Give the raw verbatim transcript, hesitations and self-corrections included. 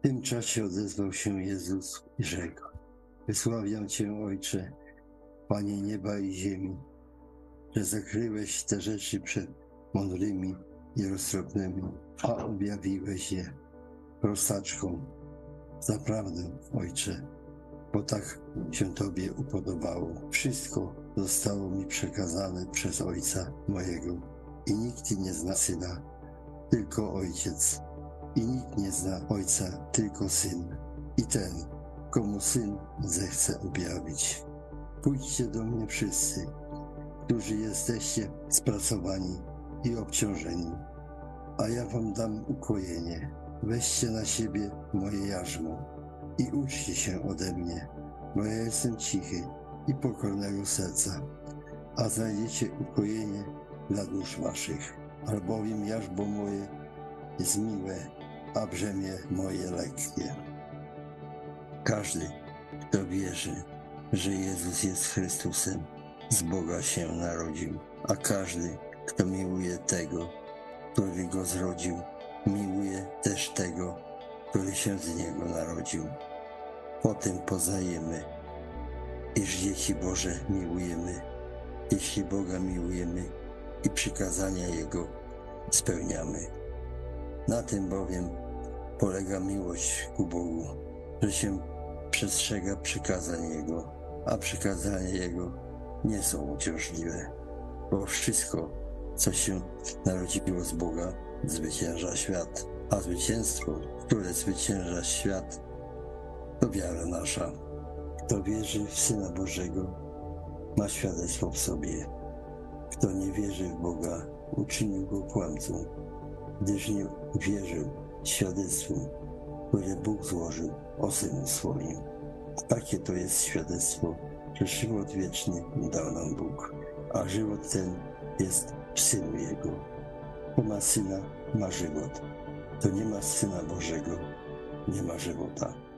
tym czasie odezwał się Jezus i rzekł: Wysławiam Cię, Ojcze, Panie nieba i ziemi, że zakryłeś te rzeczy przed mądrymi i roztropnymi, a objawiłeś je prostaczkom. Zaprawdę, Ojcze, bo tak się Tobie upodobało. Wszystko zostało mi przekazane przez Ojca mojego i nikt nie zna Syna, tylko Ojciec. I nikt nie zna Ojca, tylko Syn. I ten, komu Syn zechce objawić. Pójdźcie do mnie wszyscy, którzy jesteście spracowani i obciążeni, a ja wam dam ukojenie. Weźcie na siebie moje jarzmo i uczcie się ode mnie, bo ja jestem cichy i pokornego serca, a znajdziecie ukojenie dla dusz waszych, albowiem jarzmo moje jest miłe, a brzemię moje lekkie. Każdy, kto wierzy, że Jezus jest Chrystusem, z Boga się narodził, a każdy, kto miłuje tego, który go zrodził, miłuje też tego, który się z niego narodził. Potem poznajemy, iż dzieci Boże miłujemy, jeśli Boga miłujemy i przykazania Jego spełniamy. Na tym bowiem polega miłość ku Bogu, że się przestrzega przykazań Jego, a przykazania Jego nie są uciążliwe, bo wszystko, co się narodziło z Boga, zwycięża świat, a zwycięstwo, które zwycięża świat, to wiara nasza. Kto wierzy w Syna Bożego, ma świadectwo w sobie. Kto nie wierzy w Boga, uczynił go kłamcą, gdyż nie wierzył świadectwu, które Bóg złożył o Synu swoim. Takie to jest świadectwo, że żywot wieczny dał nam Bóg, a żywot ten jest w Synu Jego. Kto ma Syna, ma żywot. Kto nie ma Syna Bożego, nie ma żywota.